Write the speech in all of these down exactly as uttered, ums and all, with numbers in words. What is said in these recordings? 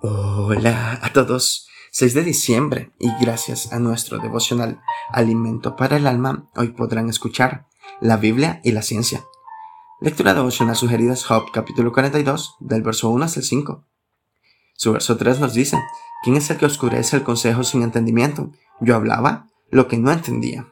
Hola a todos, seis de diciembre y gracias a nuestro devocional Alimento para el Alma, hoy podrán escuchar la Biblia y la ciencia. Lectura devocional sugerida es Job capítulo cuarenta y dos, del verso uno hasta el cinco. Su verso tres nos dice: ¿Quién es el que oscurece el consejo sin entendimiento? Yo hablaba lo que no entendía.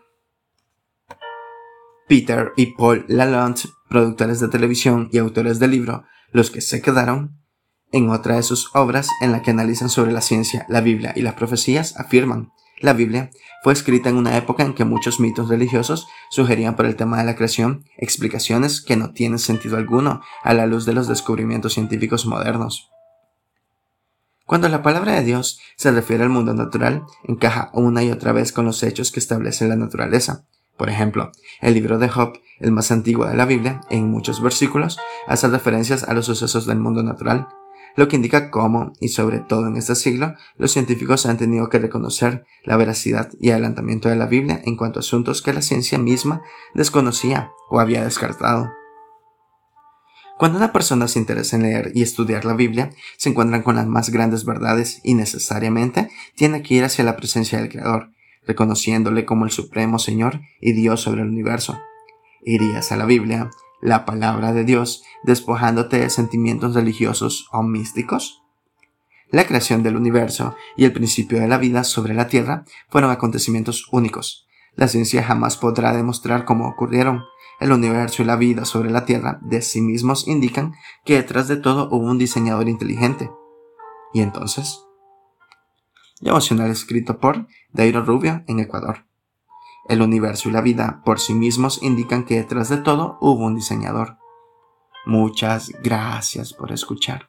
Peter y Paul Lalonde, productores de televisión y autores del libro Los que se quedaron, en otra de sus obras en la que analizan sobre la ciencia, la Biblia y las profecías, afirman: la Biblia fue escrita en una época en que muchos mitos religiosos sugerían por el tema de la creación explicaciones que no tienen sentido alguno a la luz de los descubrimientos científicos modernos. Cuando la palabra de Dios se refiere al mundo natural, encaja una y otra vez con los hechos que establece la naturaleza. Por ejemplo, el libro de Job, el más antiguo de la Biblia, en muchos versículos, hace referencias a los sucesos del mundo natural, lo que indica cómo, y sobre todo en este siglo, los científicos han tenido que reconocer la veracidad y adelantamiento de la Biblia en cuanto a asuntos que la ciencia misma desconocía o había descartado. Cuando una persona se interesa en leer y estudiar la Biblia, se encuentran con las más grandes verdades y necesariamente tiene que ir hacia la presencia del Creador, reconociéndole como el Supremo Señor y Dios sobre el universo. Irías a la Biblia, la palabra de Dios, despojándote de sentimientos religiosos o místicos. La creación del universo y el principio de la vida sobre la tierra fueron acontecimientos únicos. La ciencia jamás podrá demostrar cómo ocurrieron. El universo y la vida sobre la tierra de sí mismos indican que detrás de todo hubo un diseñador inteligente. ¿Y entonces? Devocional escrito por Dairo Rubio en Ecuador. El universo y la vida por sí mismos indican que detrás de todo hubo un diseñador. Muchas gracias por escuchar.